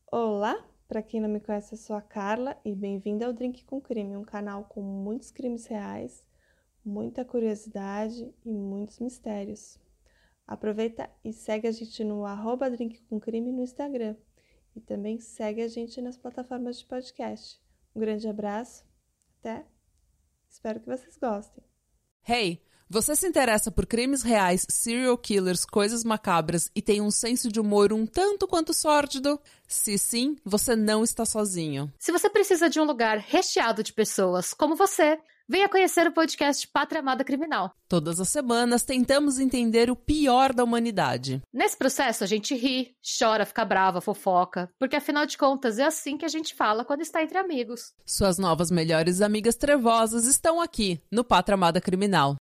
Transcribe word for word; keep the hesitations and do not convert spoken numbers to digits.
Olá, para quem não me conhece, eu sou a Carla e bem-vinda ao Drink com Crime, um canal com muitos crimes reais, muita curiosidade e muitos mistérios. Aproveita e segue a gente no arroba Drink com Crime no Instagram e também segue a gente nas plataformas de podcast. Um grande abraço, até, espero que vocês gostem. Hey, você se interessa por crimes reais, serial killers, coisas macabras e tem um senso de humor um tanto quanto sórdido? Se sim, você não está sozinho. Se você precisa de um lugar recheado de pessoas como você, venha conhecer o podcast Pátria Amada Criminal. Todas as semanas tentamos entender o pior da humanidade. Nesse processo a gente ri, chora, fica brava, fofoca, porque afinal de contas é assim que a gente fala quando está entre amigos. Suas novas melhores amigas trevosas estão aqui no Pátria Amada Criminal.